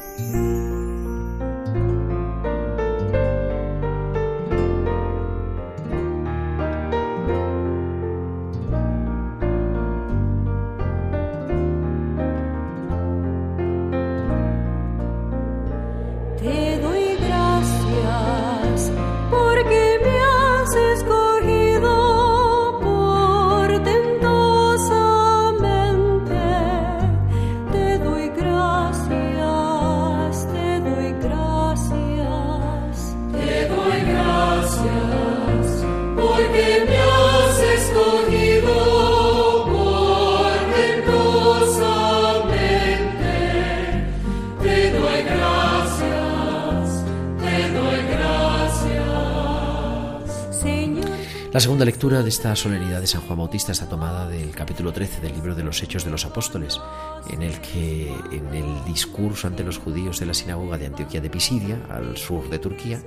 La segunda lectura de esta solemnidad de San Juan Bautista está tomada del capítulo trece del libro de los Hechos de los Apóstoles, en el que, en el discurso ante los judíos de la sinagoga de Antioquía de Pisidia, al sur de Turquía,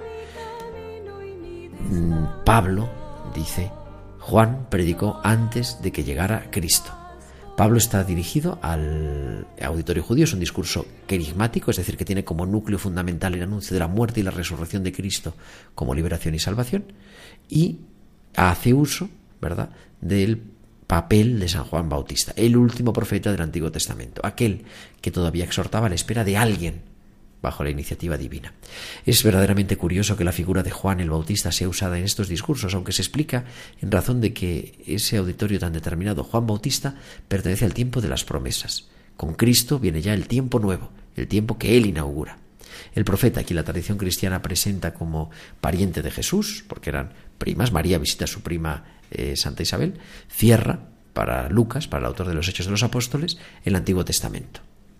Pablo dice: Juan predicó antes de que llegara Cristo. Pablo está dirigido al auditorio judío, es un discurso querigmático, es decir, que tiene como núcleo fundamental el anuncio de la muerte y la resurrección de Cristo como liberación y salvación, y hace uso, ¿verdad?, del papel de San Juan Bautista, el último profeta del Antiguo Testamento, aquel que todavía exhortaba a la espera de alguien bajo la iniciativa divina. Es verdaderamente curioso que la figura de Juan el Bautista sea usada en estos discursos, aunque se explica en razón de que ese auditorio tan determinado, Juan Bautista, pertenece al tiempo de las promesas. Con Cristo viene ya el tiempo nuevo, el tiempo que Él inaugura. El profeta, aquí la tradición cristiana presenta como pariente de Jesús, porque eran primas. María visita a su prima eh, Santa Isabel. Cierra, para Lucas, para el autor de los Hechos de los Apóstoles, el Antiguo Testamento.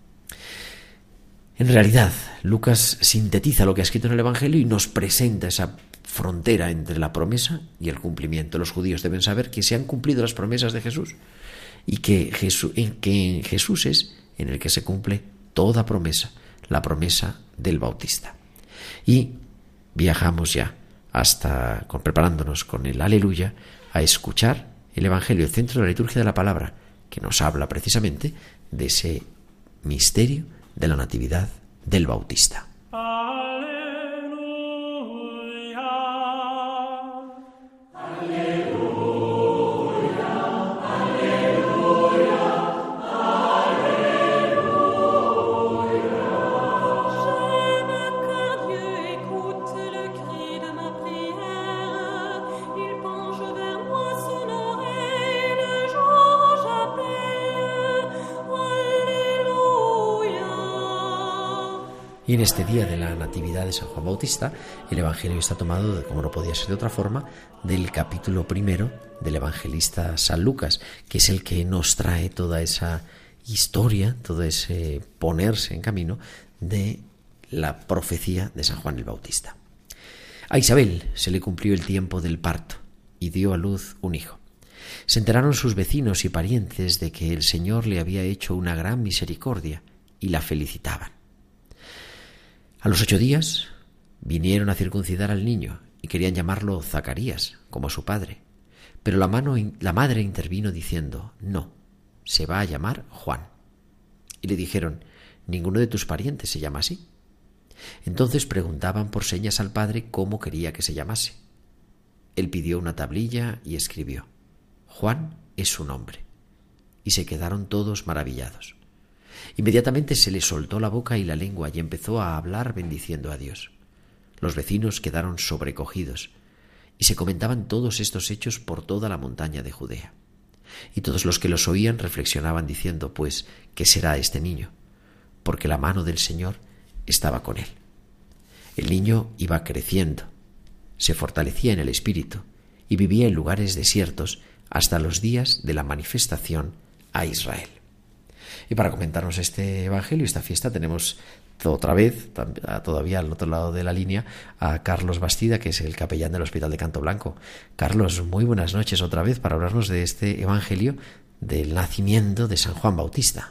En realidad, Lucas sintetiza lo que ha escrito en el Evangelio y nos presenta esa frontera entre la promesa y el cumplimiento. Los judíos deben saber que se han cumplido las promesas de Jesús y que, Jesús, en, que en Jesús es en el que se cumple toda promesa, la promesa del Bautista. Y viajamos ya hasta, con, preparándonos con el Aleluya, a escuchar el Evangelio, el centro de la liturgia de la palabra, que nos habla precisamente de ese misterio de la Natividad del Bautista. Y en este día de la Natividad de San Juan Bautista, el Evangelio está tomado, como no podía ser de otra forma, del capítulo primero del evangelista San Lucas, que es el que nos trae toda esa historia, todo ese ponerse en camino de la profecía de San Juan el Bautista. A Isabel se le cumplió el tiempo del parto y dio a luz un hijo. Se enteraron sus vecinos y parientes de que el Señor le había hecho una gran misericordia y la felicitaban. A los ocho días vinieron a circuncidar al niño y querían llamarlo Zacarías, como su padre. Pero la, mano, la madre intervino diciendo: no, se va a llamar Juan. Y le dijeron: ninguno de tus parientes se llama así. Entonces preguntaban por señas al padre cómo quería que se llamase. Él pidió una tablilla y escribió: Juan es su nombre. Y se quedaron todos maravillados. Inmediatamente se le soltó la boca y la lengua y empezó a hablar bendiciendo a Dios. Los vecinos quedaron sobrecogidos y se comentaban todos estos hechos por toda la montaña de Judea. Y todos los que los oían reflexionaban diciendo: pues, ¿qué será este niño? Porque la mano del Señor estaba con él. El niño iba creciendo, se fortalecía en el espíritu y vivía en lugares desiertos hasta los días de la manifestación a Israel. Y para comentarnos este evangelio, esta fiesta, tenemos otra vez, todavía al otro lado de la línea, a Carlos Bastida, que es el capellán del Hospital de Canto Blanco. Carlos, muy buenas noches otra vez para hablarnos de este evangelio del nacimiento de San Juan Bautista.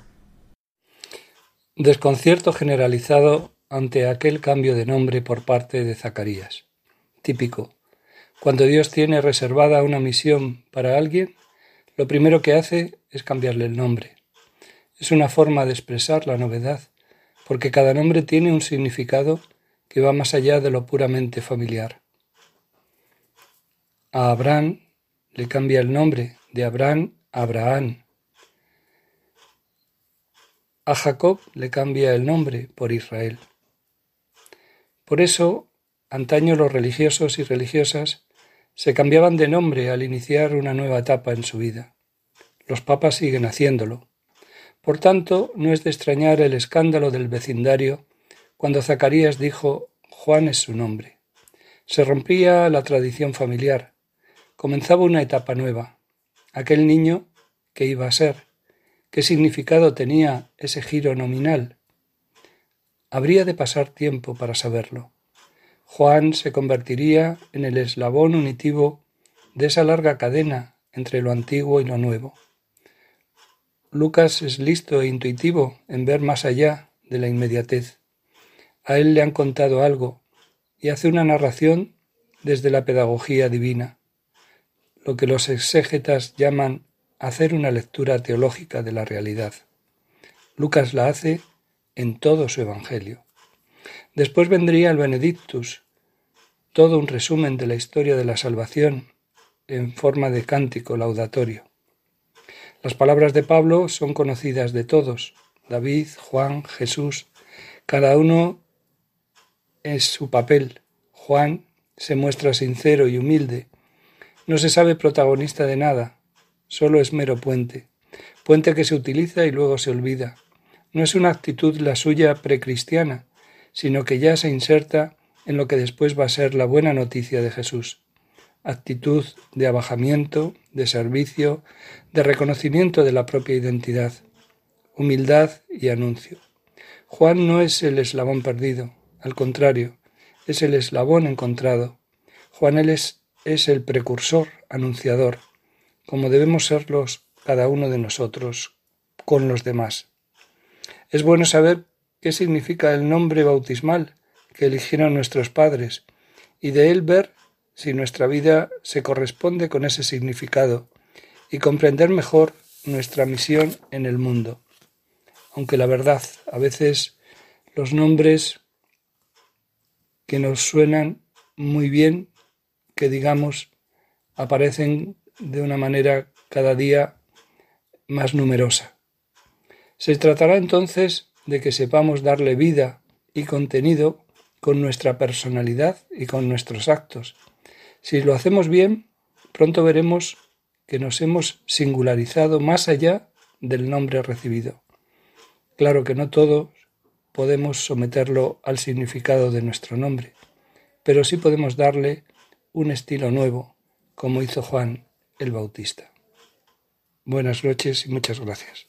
Desconcierto generalizado ante aquel cambio de nombre por parte de Zacarías. típico. Cuando Dios tiene reservada una misión para alguien, lo primero que hace es cambiarle el nombre. Es una forma de expresar la novedad, porque cada nombre tiene un significado que va más allá de lo puramente familiar. A Abraham le cambia el nombre de Abraham a Abraham. A Jacob le cambia el nombre por Israel. Por eso, antaño los religiosos y religiosas se cambiaban de nombre al iniciar una nueva etapa en su vida. Los papas siguen haciéndolo. Por tanto, no es de extrañar el escándalo del vecindario cuando Zacarías dijo Juan es su nombre. Se rompía la tradición familiar. Comenzaba una etapa nueva. Aquel niño, ¿qué iba a ser? ¿Qué significado tenía ese giro nominal? Habría de pasar tiempo para saberlo. Juan se convertiría en el eslabón unitivo de esa larga cadena entre lo antiguo y lo nuevo. Lucas es listo e intuitivo en ver más allá de la inmediatez. A él le han contado algo y hace una narración desde la pedagogía divina, lo que los exégetas llaman hacer una lectura teológica de la realidad. Lucas la hace en todo su evangelio. Después vendría el Benedictus, todo un resumen de la historia de la salvación en forma de cántico laudatorio. Las palabras de Pablo son conocidas de todos, David, Juan, Jesús, cada uno es su papel. Juan se muestra sincero y humilde, no se sabe protagonista de nada, solo es mero puente, puente que se utiliza y luego se olvida. No es una actitud la suya precristiana, sino que ya se inserta en lo que después va a ser la buena noticia de Jesús. Actitud de abajamiento, de servicio, de reconocimiento de la propia identidad, humildad y anuncio. Juan no es el eslabón perdido, al contrario, es el eslabón encontrado. Juan él es, es el precursor, anunciador, como debemos serlos cada uno de nosotros con los demás. Es bueno saber qué significa el nombre bautismal que eligieron nuestros padres y de él ver si nuestra vida se corresponde con ese significado y comprender mejor nuestra misión en el mundo. Aunque la verdad, a veces los nombres que nos suenan muy bien, que digamos, aparecen de una manera cada día más numerosa. Se tratará entonces de que sepamos darle vida y contenido con nuestra personalidad y con nuestros actos. Si lo hacemos bien, pronto veremos que nos hemos singularizado más allá del nombre recibido. Claro que no todos podemos someterlo al significado de nuestro nombre, pero sí podemos darle un estilo nuevo, como hizo Juan el Bautista. Buenas noches y muchas gracias.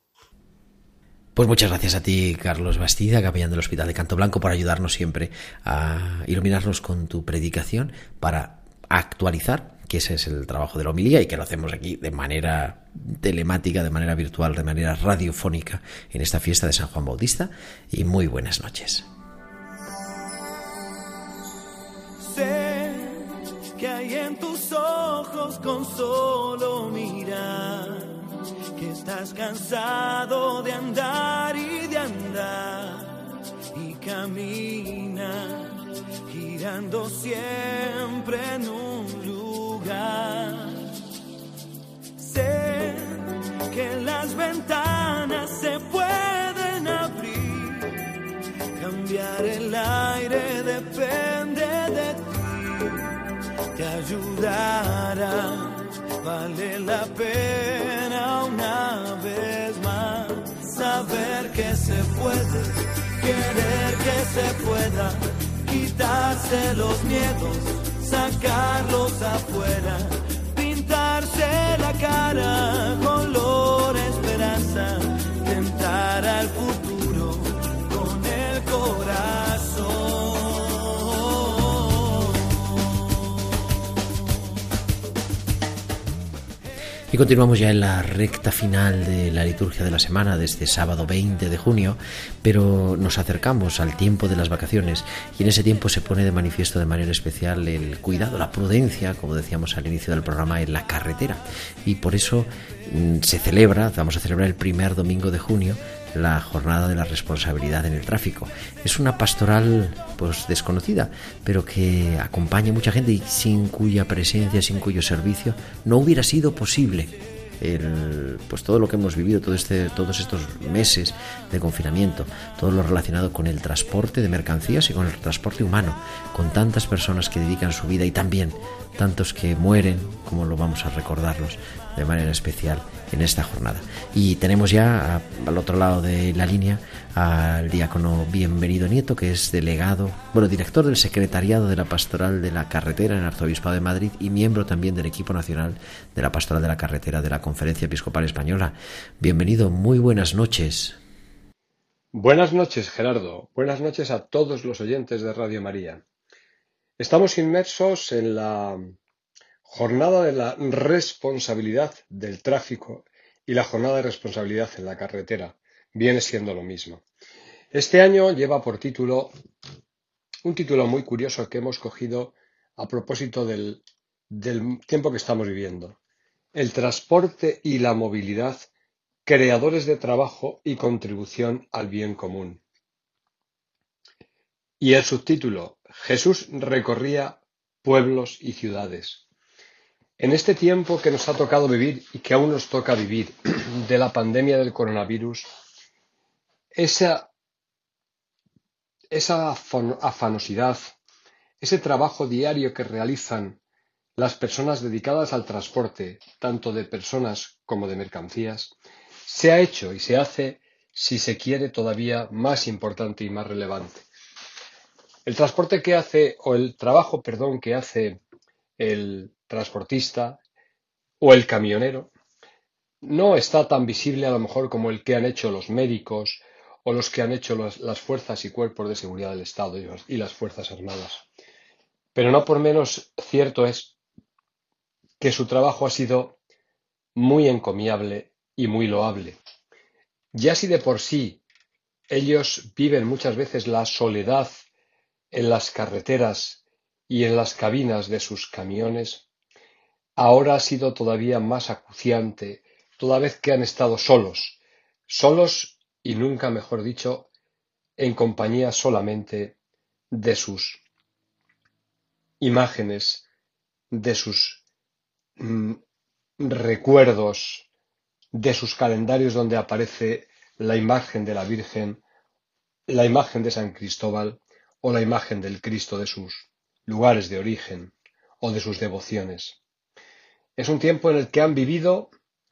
Pues muchas gracias a ti, Carlos Bastida, capellán del Hospital de Canto Blanco, por ayudarnos siempre a iluminarnos con tu predicación, para actualizar, que ese es el trabajo de la homilía y que lo hacemos aquí de manera telemática, de manera virtual, de manera radiofónica en esta fiesta de San Juan Bautista. Y muy buenas noches. Sé que hay en tus ojos con solo mirar, que estás cansado de andar y de andar y camina girando siempre en un lugar. Sé que las ventanas se pueden abrir, cambiar el aire depende de ti, te ayudará. Vale la pena una vez más saber que se puede, querer que se pueda, quitarse los miedos, sacarlos afuera, pintarse la cara, color esperanza, tentar al futuro con el corazón. Y Y continuamos ya en la recta final de la liturgia de la semana de este sábado veinte de junio, pero nos acercamos al tiempo de las vacaciones y en ese tiempo se pone de manifiesto de manera especial el cuidado, la prudencia, como decíamos al inicio del programa, en la carretera. Y por eso mmm, se celebra, vamos a celebrar el primer domingo de junio, la jornada de la responsabilidad en el tráfico. Es una pastoral pues desconocida, pero que acompaña a mucha gente y sin cuya presencia, sin cuyo servicio no hubiera sido posible el, pues todo lo que hemos vivido, todo este, todos estos meses de confinamiento, todo lo relacionado con el transporte de mercancías y con el transporte humano, con tantas personas que dedican su vida y también tantos que mueren, como lo vamos a recordarlos de manera especial en esta jornada. Y tenemos ya a, al otro lado de la línea al diácono Bienvenido Nieto, que es delegado, bueno, director del secretariado de la Pastoral de la Carretera en el Arzobispado de Madrid y miembro también del equipo nacional de la Pastoral de la Carretera de la Conferencia Episcopal Española. Bienvenido, muy buenas noches. Buenas noches, Gerardo. Buenas noches a todos los oyentes de Radio María. Estamos inmersos en la jornada de la responsabilidad del tráfico y la jornada de responsabilidad en la carretera. Viene siendo lo mismo. Este año lleva por título un título muy curioso que hemos cogido a propósito del, del tiempo que estamos viviendo. El transporte y la movilidad, creadores de trabajo y contribución al bien común. Y el subtítulo, Jesús recorría pueblos y ciudades. En este tiempo que nos ha tocado vivir y que aún nos toca vivir de la pandemia del coronavirus, esa, esa afanosidad, ese trabajo diario que realizan las personas dedicadas al transporte, tanto de personas como de mercancías, se ha hecho y se hace, si se quiere, todavía más importante y más relevante. El transporte que hace, o el trabajo, perdón, que hace el transportista o el camionero, no está tan visible a lo mejor como el que han hecho los médicos o los que han hecho las, las fuerzas y cuerpos de seguridad del Estado y, y las Fuerzas Armadas. Pero no por menos cierto es que su trabajo ha sido muy encomiable y muy loable. Ya si de por sí ellos viven muchas veces la soledad en las carreteras y en las cabinas de sus camiones, ahora ha sido todavía más acuciante toda vez que han estado solos, solos y nunca mejor dicho, en compañía solamente de sus imágenes, de sus mm, recuerdos, de sus calendarios donde aparece la imagen de la Virgen, la imagen de San Cristóbal o la imagen del Cristo de sus lugares de origen o de sus devociones. Es un tiempo en el que han vivido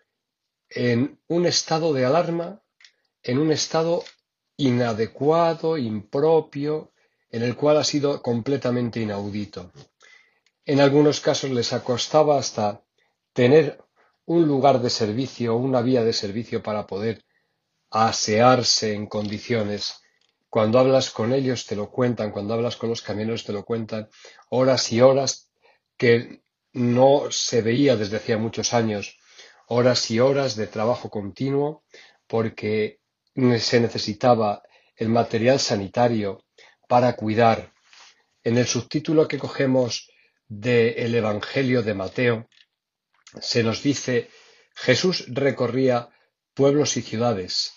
en un estado de alarma, en un estado inadecuado, impropio, en el cual ha sido completamente inaudito. En algunos casos les costaba hasta tener un lugar de servicio, una vía de servicio para poder asearse en condiciones. Cuando hablas con ellos te lo cuentan, cuando hablas con los camioneros te lo cuentan, horas y horas que no se veía desde hacía muchos años, horas y horas de trabajo continuo, porque se necesitaba el material sanitario para cuidar. En el subtítulo que cogemos del Evangelio de Mateo, se nos dice, Jesús recorría pueblos y ciudades.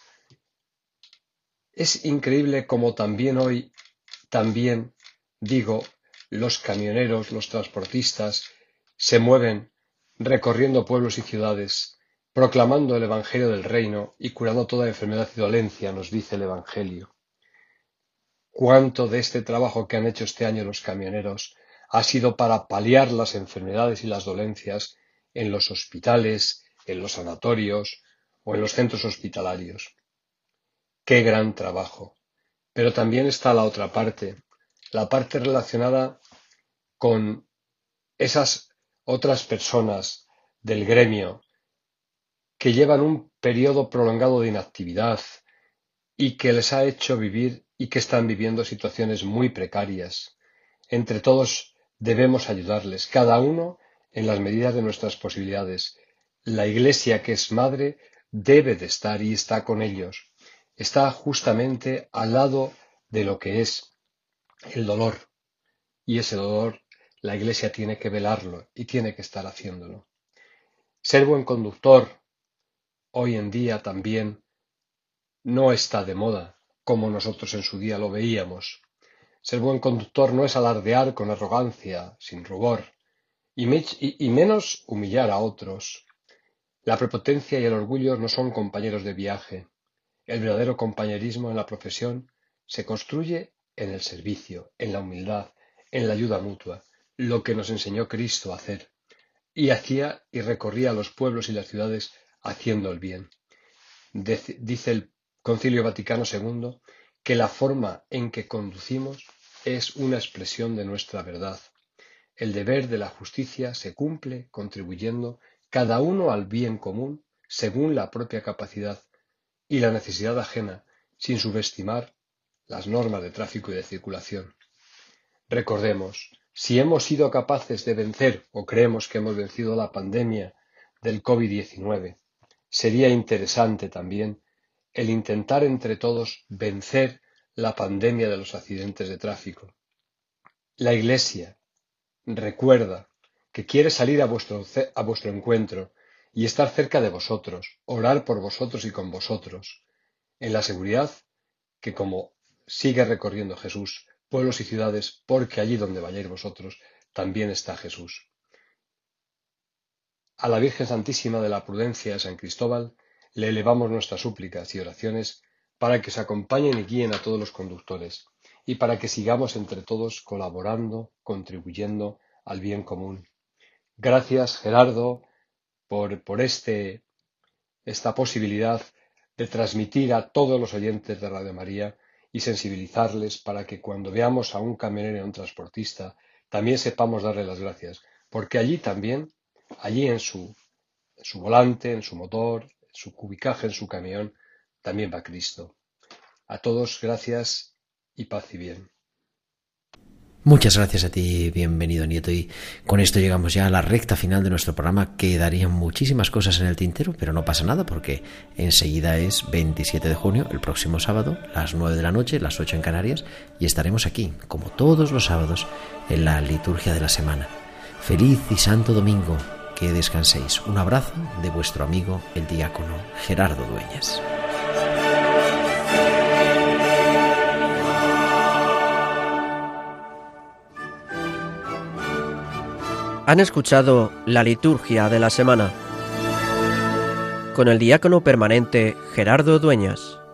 Es increíble como también hoy, también, digo, los camioneros, los transportistas, se mueven recorriendo pueblos y ciudades, proclamando el Evangelio del Reino y curando toda enfermedad y dolencia, nos dice el Evangelio. ¿Cuánto de este trabajo que han hecho este año los camioneros ha sido para paliar las enfermedades y las dolencias en los hospitales, en los sanatorios o en los centros hospitalarios? ¡Qué gran trabajo! Pero también está la otra parte, la parte relacionada con esas otras personas del gremio que llevan un periodo prolongado de inactividad y que les ha hecho vivir y que están viviendo situaciones muy precarias. Entre todos debemos ayudarles, cada uno en las medidas de nuestras posibilidades. La Iglesia, que es madre, debe de estar y está con ellos. Está justamente al lado de lo que es el dolor. Y ese dolor la Iglesia tiene que velarlo y tiene que estar haciéndolo. Ser buen conductor hoy en día también no está de moda, como nosotros en su día lo veíamos. Ser buen conductor no es alardear con arrogancia, sin rubor, y, me- y- y menos humillar a otros. La prepotencia y el orgullo no son compañeros de viaje. El verdadero compañerismo en la profesión se construye en el servicio, en la humildad, en la ayuda mutua, lo que nos enseñó Cristo a hacer, y hacía y recorría los pueblos y las ciudades haciendo el bien. Dec- Dice el Concilio Vaticano segundo que la forma en que conducimos es una expresión de nuestra verdad. El deber de la justicia se cumple contribuyendo cada uno al bien común según la propia capacidad y la necesidad ajena, sin subestimar las normas de tráfico y de circulación. Recordemos, si hemos sido capaces de vencer o creemos que hemos vencido la pandemia del COVID diecinueve, sería interesante también el intentar entre todos vencer la pandemia de los accidentes de tráfico. La Iglesia recuerda que quiere salir a vuestro, ce- a vuestro encuentro y estar cerca de vosotros, orar por vosotros y con vosotros, en la seguridad que, como sigue recorriendo Jesús, pueblos y ciudades, porque allí donde vayáis vosotros, también está Jesús. A la Virgen Santísima de la Prudencia de San Cristóbal le elevamos nuestras súplicas y oraciones para que os acompañen y guíen a todos los conductores y para que sigamos entre todos colaborando, contribuyendo al bien común. Gracias, Gerardo, por, por este, esta posibilidad de transmitir a todos los oyentes de Radio María y sensibilizarles para que cuando veamos a un camionero y a un transportista también sepamos darle las gracias, porque allí también, allí en su, en su volante, en su motor, en su cubicaje, en su camión, también va Cristo. A todos, gracias y paz y bien. Muchas gracias a ti, bienvenido Nieto, y con esto llegamos ya a la recta final de nuestro programa. Quedarían muchísimas cosas en el tintero, pero no pasa nada porque enseguida es veintisiete de junio, el próximo sábado, las nueve de la noche, las ocho en Canarias, y estaremos aquí, como todos los sábados, en la liturgia de la semana. Feliz y santo domingo, que descanséis. Un abrazo de vuestro amigo el diácono Gerardo Dueñas. Han escuchado la liturgia de la semana con el diácono permanente Gerardo Dueñas.